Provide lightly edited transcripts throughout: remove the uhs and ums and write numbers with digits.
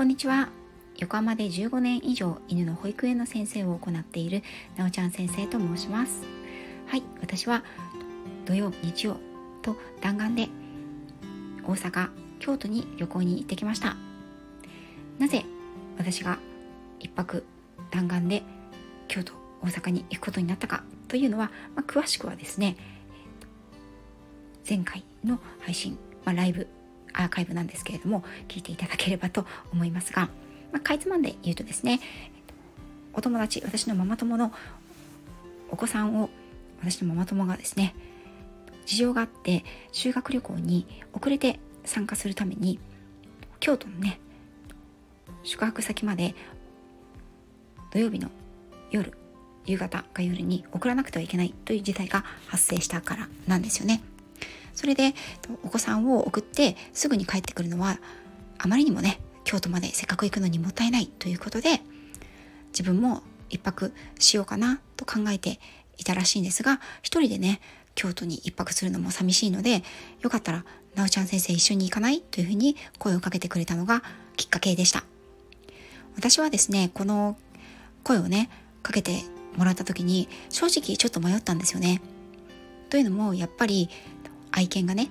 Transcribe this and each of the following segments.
こんにちは。横浜で15年以上犬の保育園の先生を行っているなおちゃん先生と申します。はい、私は土曜日曜と弾丸で大阪京都に旅行に行ってきました。なぜ私が一泊弾丸で京都大阪に行くことになったかというのは、詳しくはですね、前回の配信、ライブアーカイブなんですけれども聞いていただければと思いますが、かいつまんで言うとですね、お友達、私のママ友のお子さんを、私のママ友がですね、事情があって修学旅行に遅れて参加するために京都のね宿泊先まで土曜日の夕方か夜に送らなくてはいけないという事態が発生したからなんですよね。それでお子さんを送ってすぐに帰ってくるのはあまりにもね、京都までせっかく行くのにもったいないということで、自分も一泊しようかなと考えていたらしいんですが、一人でね京都に一泊するのも寂しいので、よかったらなおちゃん先生一緒に行かないというふうに声をかけてくれたのがきっかけでした。私はですね、この声をねかけてもらった時に正直ちょっと迷ったんですよね。というのもやっぱり愛犬がね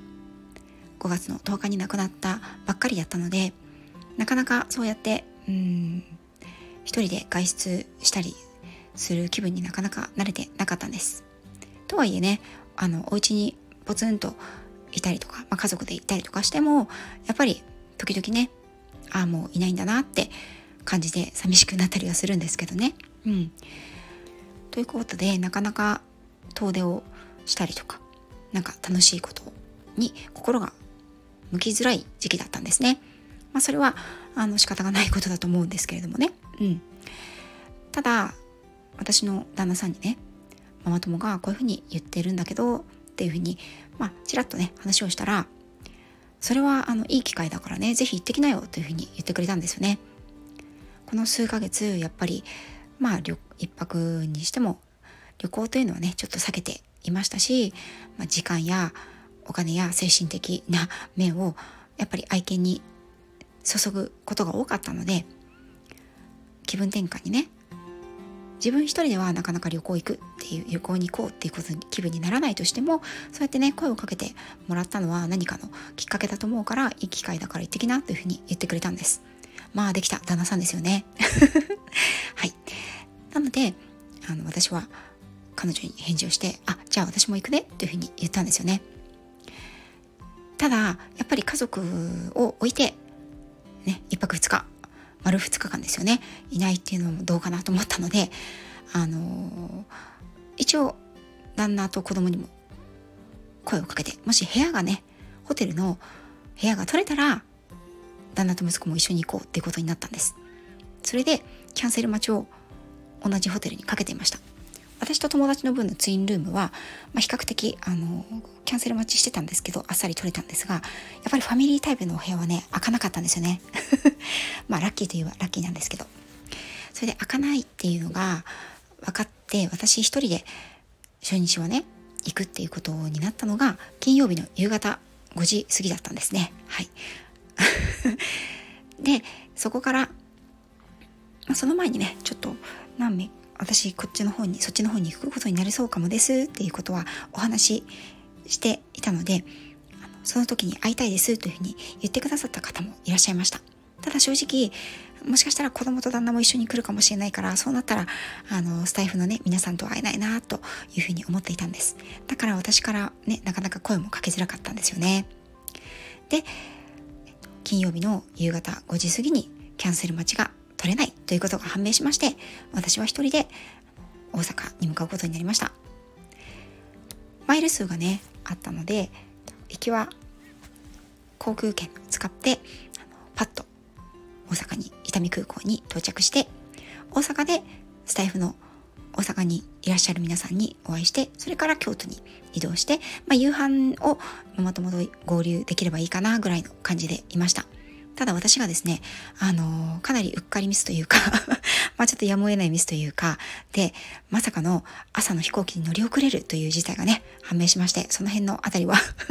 5月の10日に亡くなったばっかりだったので、なかなかそうやって一人で外出したりする気分になかなか慣れてなかったんです。とはいえね、お家にポツンといたりとか、家族でいたりとかしてもやっぱり時々ね、もういないんだなって感じて寂しくなったりはするんですけどね。ということで、なかなか遠出をしたりとか、楽しいことに心が向きづらい時期だったんですね。それは仕方がないことだと思うんですけれどもね。ただ私の旦那さんにね、ママ友がこういうふうに言ってるんだけどっていうふうにちらっとね話をしたら、それはいい機会だからね、ぜひ行ってきなよというふうに言ってくれたんですよね。この数ヶ月やっぱり一泊にしても旅行というのはねちょっと避けていましたし、時間やお金や精神的な面をやっぱり愛犬に注ぐことが多かったので、気分転換にね、自分一人ではなかなか旅行に行こうっていうことに気分にならないとしても、そうやってね声をかけてもらったのは何かのきっかけだと思うから、いい機会だから行ってきなというふうに言ってくれたんです。できた旦那さんですよね。はい。なので私は彼女に返事をして、じゃあ私も行くねというふうに言ったんですよね。ただやっぱり家族を置いてね、1泊2日丸2日間ですよね、いないっていうのもどうかなと思ったので、一応旦那と子供にも声をかけて、もし部屋がねホテルの部屋が取れたら旦那と息子も一緒に行こうっていうことになったんです。それでキャンセル待ちを同じホテルにかけていました。私と友達の分のツインルームは、比較的キャンセル待ちしてたんですけど、あっさり取れたんですが、やっぱりファミリータイプのお部屋はね開かなかったんですよね。ラッキーといえばラッキーなんですけど、それで開かないっていうのが分かって、私一人で初日はね行くっていうことになったのが金曜日の夕方5時過ぎだったんですね。はい。でそこから、その前にねちょっと私そっちの方に行くことになりそうかもですっていうことはお話ししていたので、その時に会いたいですというふうに言ってくださった方もいらっしゃいました。ただ正直もしかしたら子供と旦那も一緒に来るかもしれないから、そうなったらスタイフのね皆さんと会えないなというふうに思っていたんです。だから私からねなかなか声もかけづらかったんですよね。で金曜日の夕方5時過ぎにキャンセル待ちが取れないということが判明しまして、私は一人で大阪に向かうことになりました。マイル数がねあったので、行きは航空券を使ってパッと大阪に伊丹空港に到着して、大阪でスタイフの大阪にいらっしゃる皆さんにお会いして、それから京都に移動して、夕飯をママ友と合流できればいいかなぐらいの感じでいました。ただ私がですね、かなりうっかりミスというかちょっとやむを得ないミスというかで、まさかの朝の飛行機に乗り遅れるという事態がね判明しまして、その辺のあたりは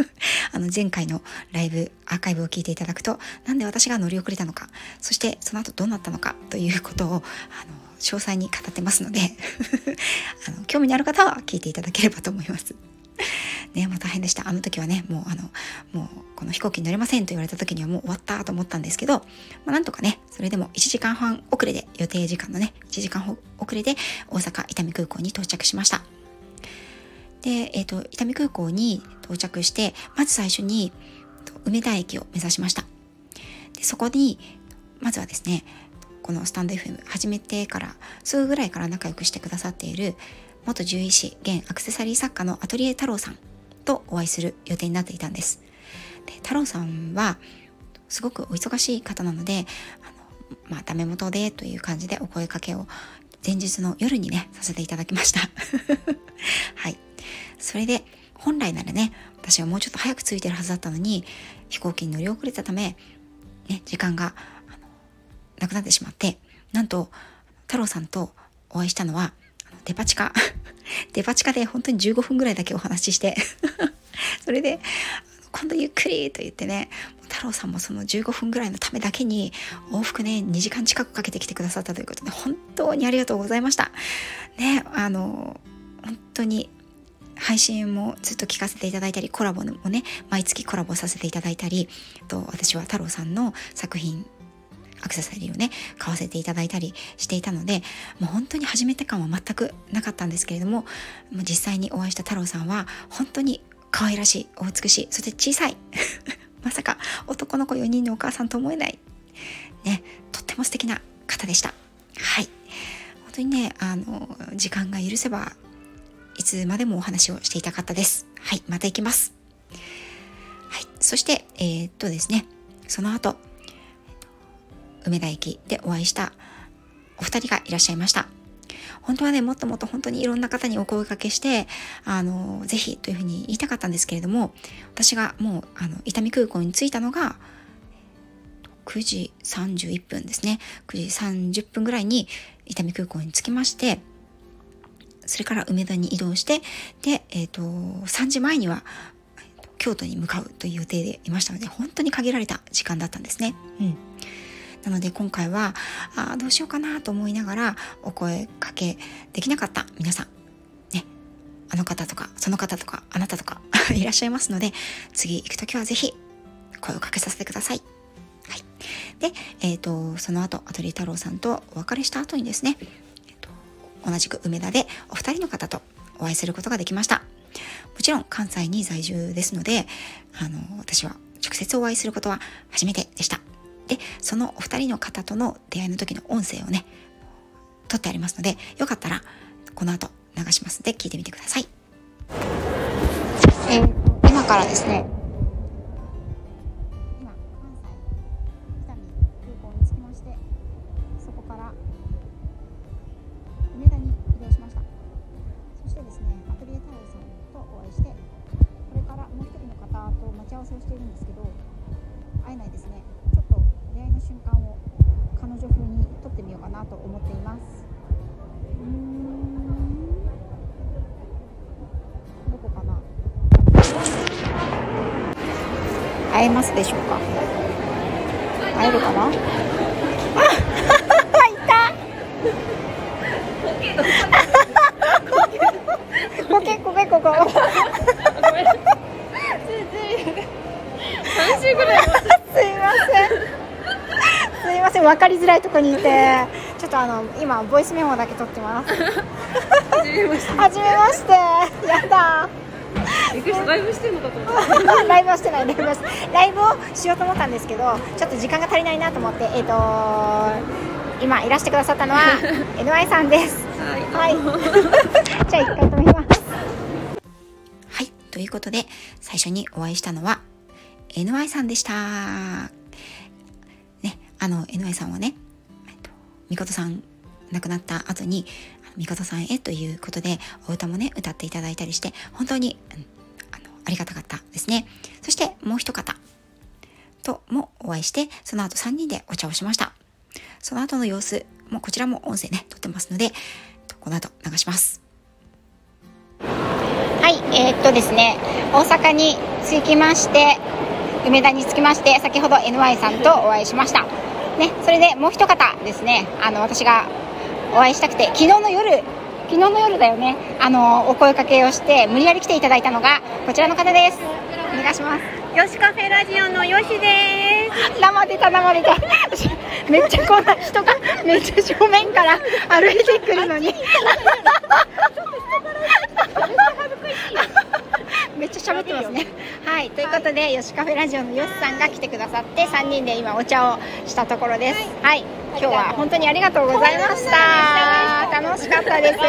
前回のライブアーカイブを聞いていただくと、なんで私が乗り遅れたのか、そしてその後どうなったのかということを詳細に語ってますので興味のある方は聞いていただければと思いますね。もう大変でした。あの時はね、もうこの飛行機に乗れませんと言われた時にはもう終わったと思ったんですけど、なんとかね、それでも1時間半遅れで、予定時間のね1時間遅れで大阪伊丹空港に到着しました。で、伊丹空港に到着して、まず最初に梅田駅を目指しました。でそこにまずはですね、このスタンド FM 始めてからすぐぐらいから仲良くしてくださっている元獣医師現アクセサリー作家のアトリエ太郎さんとお会いする予定になっていたんです。で太郎さんはすごくお忙しい方なので、ダメ元でという感じでお声かけを前日の夜にねさせていただきましたはい。それで本来ならね、私はもうちょっと早く着いてるはずだったのに、飛行機に乗り遅れたため、ね、時間がなくなってしまって、なんと太郎さんとお会いしたのはデパ地下で本当に15分ぐらいだけお話ししてそれで今度ゆっくりと言ってね、太郎さんもその15分ぐらいのためだけに往復ね2時間近くかけてきてくださったということで、本当にありがとうございましたね。本当に配信もずっと聞かせていただいたり、コラボもね毎月コラボさせていただいたりと、私は太郎さんの作品アクセサリーをね買わせていただいたりしていたので、もう本当に初めて感は全くなかったんですけれども、実際にお会いした太郎さんは本当に可愛らしい、お美しい、そして小さいまさか男の子4人のお母さんと思えないね、とっても素敵な方でした。はい、本当にね時間が許せばいつまでもお話をしていたかったです。はい、また行きます。はい、そしてですね、その後梅田駅でお会いしたお二人がいらっしゃいました。本当はね、もっともっと本当にいろんな方にお声掛けしてぜひというふうに言いたかったんですけれども、私がもう伊丹空港に着いたのが9時31分ですね。9時30分ぐらいに伊丹空港に着きまして、それから梅田に移動して、で、3時前には京都に向かうという予定でいましたので、本当に限られた時間だったんですね。なので今回はどうしようかなと思いながらお声かけできなかった皆さんね、あの方とかその方とかあなたとかいらっしゃいますので、次行くときはぜひ声をかけさせてください。はい、で、その後アトリエ太郎さんとお別れした後にですね、同じく梅田でお二人の方とお会いすることができました。もちろん関西に在住ですので、私は直接お会いすることは初めてでした。で、そのお二人の方との出会いの時の音声をね撮ってありますので、よかったらこの後流しますので聞いてみてください。今からですね、今関西伊丹空港に着きまして、そこから梅田に移動しました。そしてですね、アトリエ太郎さんとお会いして、これからもう一人の方と待ち合わせをしているんですけど、会えないですね。ちょっと出会いの瞬間を彼女風に撮ってみようかなと思っています。どこかな。会えますでしょうか。会えるかな。いたここ3週ぐらいすいません、分かりづらいところにいて、ちょっと今ボイスメモだけ取ってますはじめましてやだライブしてんのかと思ったライブはしてない。ライブをしようと思ったんですけど、ちょっと時間が足りないなと思って、今いらしてくださったのはNY さんです。はい、じゃあ一回止めます。はい、ということで最初にお会いしたのは NY さんでしたね。NY さんはね、みことさん亡くなった後にみことさんへということでお歌もね歌っていただいたりして、本当に、ありがたかったですね。そしてもう一方ともお会いして、その後3人でお茶をしました。その後の様子もこちらも音声ね撮ってますので、この後流します。はい、 ですね、大阪に着きまして、梅田に着きまして、先ほど NY さんとお会いしました。ね、それでもう一方ですね、私がお会いしたくて、昨日の夜だよね、お声かけをして無理やり来ていただいたのがこちらの方です。お願いします。 よしカフェラジオのよしです。 生出ためっちゃこんな人がめっちゃ正面から歩いてくるのにめっちゃ喋ってますね。はい、ということで、よしカフェラジオのよしさんが来てくださって3人で今お茶をしたところです。はい、今日は本当にありがとうございました。楽しかったです。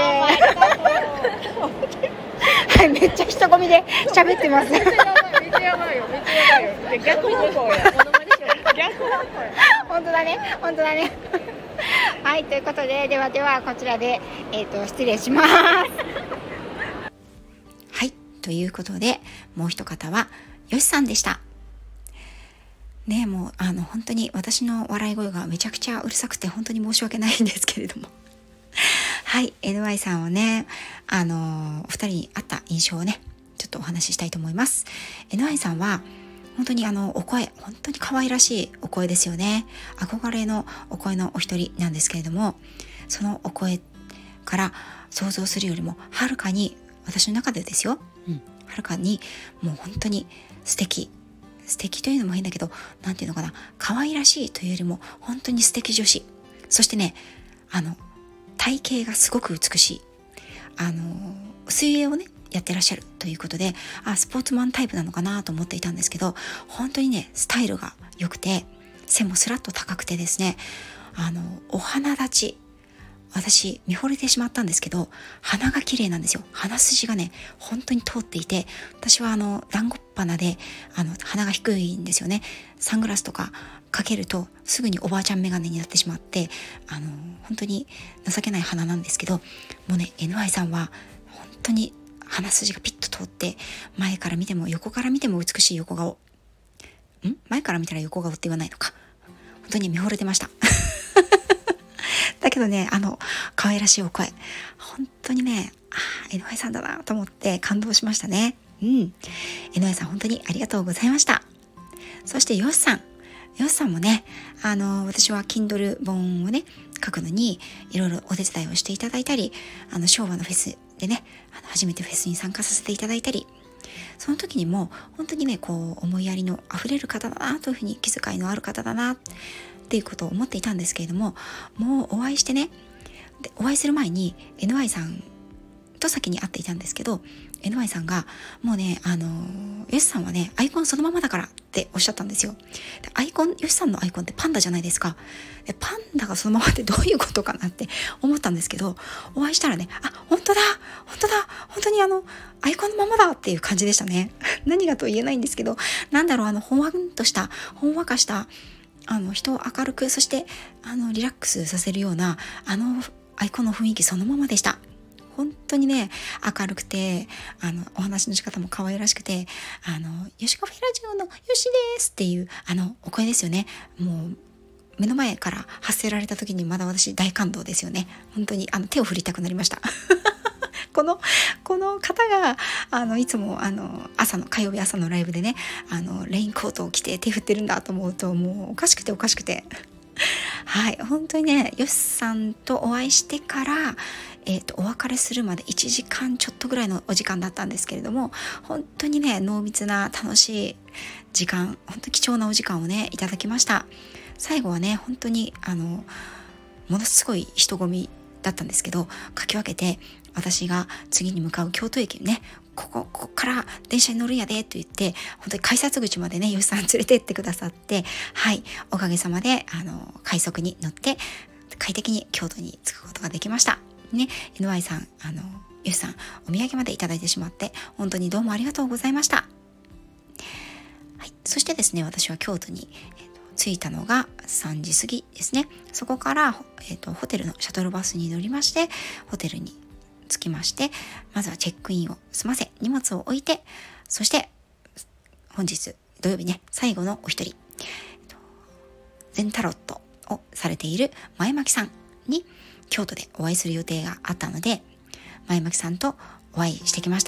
はい、めっちゃ人混みで喋ってます。 めっちゃやばいよ。逆方向や。 本当だね。はい、ということで、ではこちらで、失礼します。はい、ということで、もう一方はよしさんでした。ね、もう本当に私の笑い声がめちゃくちゃうるさくて本当に申し訳ないんですけれども。はい、NY さんをね、お二人に会った印象をね、ちょっとお話ししたいと思います。NY さんは本当にお声、本当に可愛らしいお声ですよね。憧れのお声のお一人なんですけれども、そのお声から想像するよりもはるかに、私の中でですよ、はるかにもう本当に素敵というのも変だけど、なんていうのかな、可愛らしいというよりも本当に素敵女子。そしてね、体型がすごく美しい。水泳をねやってらっしゃるということで、スポーツマンタイプなのかなと思っていたんですけど、本当にねスタイルが良くて、背もスラッと高くてですね、お鼻立ち、私見惚れてしまったんですけど、鼻が綺麗なんですよ。鼻筋がね本当に通っていて、私は団子っ鼻で鼻が低いんですよね。サングラスとかかけるとすぐにおばあちゃん眼鏡になってしまって、本当に情けない鼻なんですけど、もうね NY さんは本当に鼻筋がピッと通って、前から見ても横から見ても美しい横顔。前から見たら横顔って言わないのか。本当に見惚れてました。だけどね、可愛らしいお声、本当にね、NY さんだなと思って感動しましたね。NY さん本当にありがとうございました。そしてよしさんもね、私は Kindle 本をね書くのにいろいろお手伝いをしていただいたり、昭和のフェスでね、初めてフェスに参加させていただいたり、その時にも本当にね、こう思いやりのあふれる方だなというふうに、気遣いのある方だなっていうことを思っていたんですけれども、もうお会いしてね、でお会いする前に NY さんと先に会っていたんですけど、NY さんがもうね、よしさんはねアイコンそのままだからっておっしゃったんですよ。でよしさんのアイコンってパンダじゃないですか。でパンダがそのままってどういうことかなって思ったんですけど、お会いしたらね、本当だ本当にアイコンのままだっていう感じでしたね。何がと言えないんですけど、なんだろう、ほんわかした人を明るく、そしてリラックスさせるようなアイコンの雰囲気そのままでした。本当にね明るくて、お話の仕方も可愛らしくて、よしカフェラジオのよしですっていうお声ですよね。もう目の前から発せられた時にまだ私大感動ですよね。本当に手を振りたくなりました。この方がいつも火曜日朝のライブでね、レインコートを着て手振ってるんだと思うと、もうおかしくてはい、本当にね、よしさんとお会いしてからお別れするまで1時間ちょっとぐらいのお時間だったんですけれども、本当にね濃密な楽しい時間、本当に貴重なお時間をねいただきました。最後はね本当にものすごい人混みだったんですけど、かき分けて私が次に向かう京都駅にね、ここから電車に乗るんやでと言って、本当に改札口までねよしさん連れてってくださって、はい、おかげさまで快速に乗って快適に京都に着くことができましたね。 NY さんよしさんお土産までいただいてしまって本当にどうもありがとうございました。はい、そしてですね、私は京都に、着いたのが3時過ぎですね。そこから、ホテルのシャトルバスに乗りまして、ホテルに着きまして、まずはチェックインを済ませ、荷物を置いて、そして本日土曜日ね最後のお一人、全タロットをされている前巻さんに京都でお会いする予定があったので、前巻さんとお会いしてきました。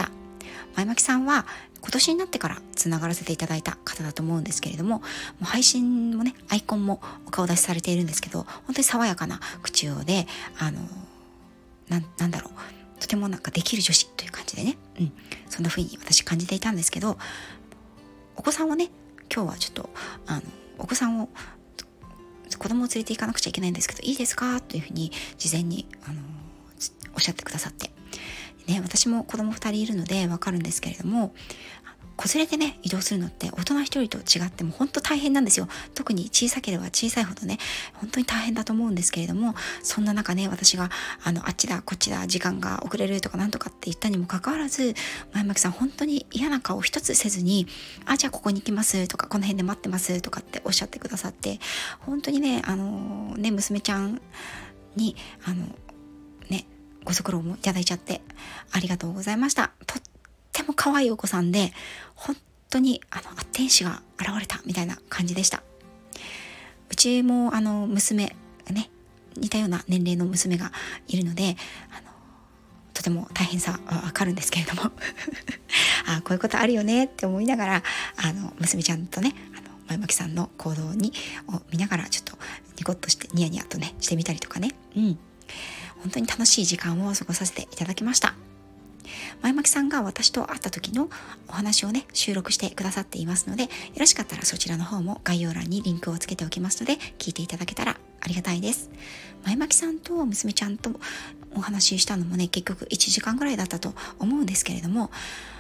前巻さんは今年になってからつながらせていただいた方だと思うんですけれども、もう配信もね、アイコンもお顔出しされているんですけど、本当に爽やかな口調で、なんだろう、とてもなんかできる女子という感じでね、そんな風に私感じていたんですけど、お子さんをね、今日はちょっとお子さんを子供を連れて行かなくちゃいけないんですけどいいですかというふうに事前におっしゃってくださって、ね、私も子供2人いるので分かるんですけれども、子連れでね移動するのって大人一人と違っても本当大変なんですよ。特に小さければ小さいほどね本当に大変だと思うんですけれども、そんな中ね、私があっちだこっちだ時間が遅れるとかなんとかって言ったにもかかわらず、前巻さん本当に嫌な顔一つせずに、じゃあここに行きますとか、この辺で待ってますとかっておっしゃってくださって、本当にね娘ちゃんにご足労もいただいちゃってありがとうございました。とっても可愛いお子さんで、本当に天使が現れたみたいな感じでした。うちも娘ね、似たような年齢の娘がいるので、とても大変さはわかるんですけれどもこういうことあるよねって思いながら、娘ちゃんとね前巻さんの行動を見ながらちょっとニコッとしてニヤニヤとねしてみたりとかね、本当に楽しい時間を過ごさせていただきました。前巻さんが私と会った時のお話をね収録してくださっていますので、よろしかったらそちらの方も概要欄にリンクをつけておきますので聞いていただけたらありがたいです。前巻さんと娘ちゃんとお話ししたのもね結局1時間ぐらいだったと思うんですけれども、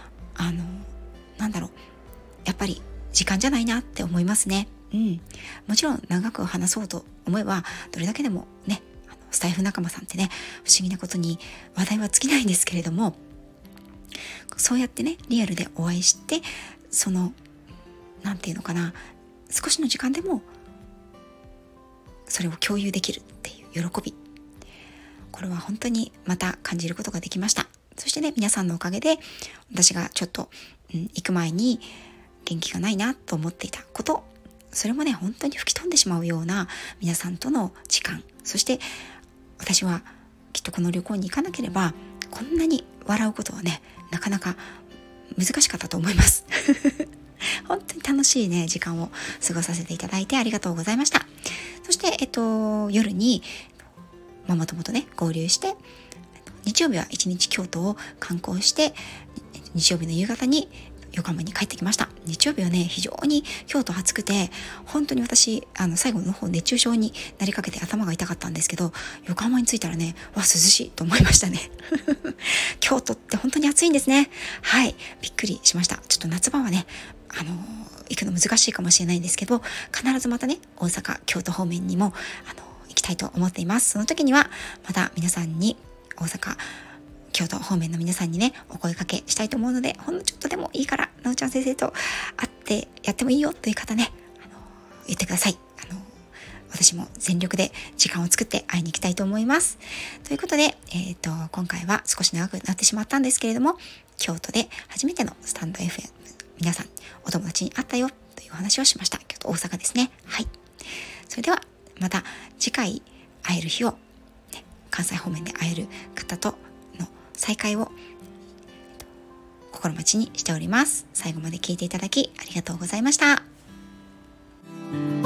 やっぱり時間じゃないなって思いますね。もちろん長く話そうと思えばどれだけでもね、スタイフ仲間さんってね不思議なことに話題は尽きないんですけれども、そうやってねリアルでお会いして、そのなんていうのかな、少しの時間でもそれを共有できるっていう喜び、これは本当にまた感じることができました。そしてね、皆さんのおかげで私がちょっと、行く前に元気がないなと思っていたこと、それもね本当に吹き飛んでしまうような皆さんとの時間、そして私はきっとこの旅行に行かなければこんなに笑うことはねなかなか難しかったと思います本当に楽しいね時間を過ごさせていただいてありがとうございました。そして、夜にママ友とね合流して、日曜日は一日京都を観光して、日曜日の夕方に横浜に帰ってきました。日曜日はね非常に京都暑くて、本当に私最後の方熱中症になりかけて頭が痛かったんですけど、横浜に着いたらね涼しいと思いましたね京都って本当に暑いんですね。はい、びっくりしました。ちょっと夏場はね行くの難しいかもしれないんですけど、必ずまたね大阪京都方面にも行きたいと思っています。その時にはまた皆さんに大阪京都方面の皆さんにねお声かけしたいと思うので、ほんのちょっとでもいいからなおちゃん先生と会ってやってもいいよという方ね言ってください。私も全力で時間を作って会いに行きたいと思います。ということで、今回は少し長くなってしまったんですけれども、京都で初めてのスタンド FM 皆さんお友達に会ったよというお話をしました。京都大阪ですね。はい、それではまた次回会える日を、関西方面で会える方との再会を心待ちにしております。最後まで聞いていただきありがとうございました。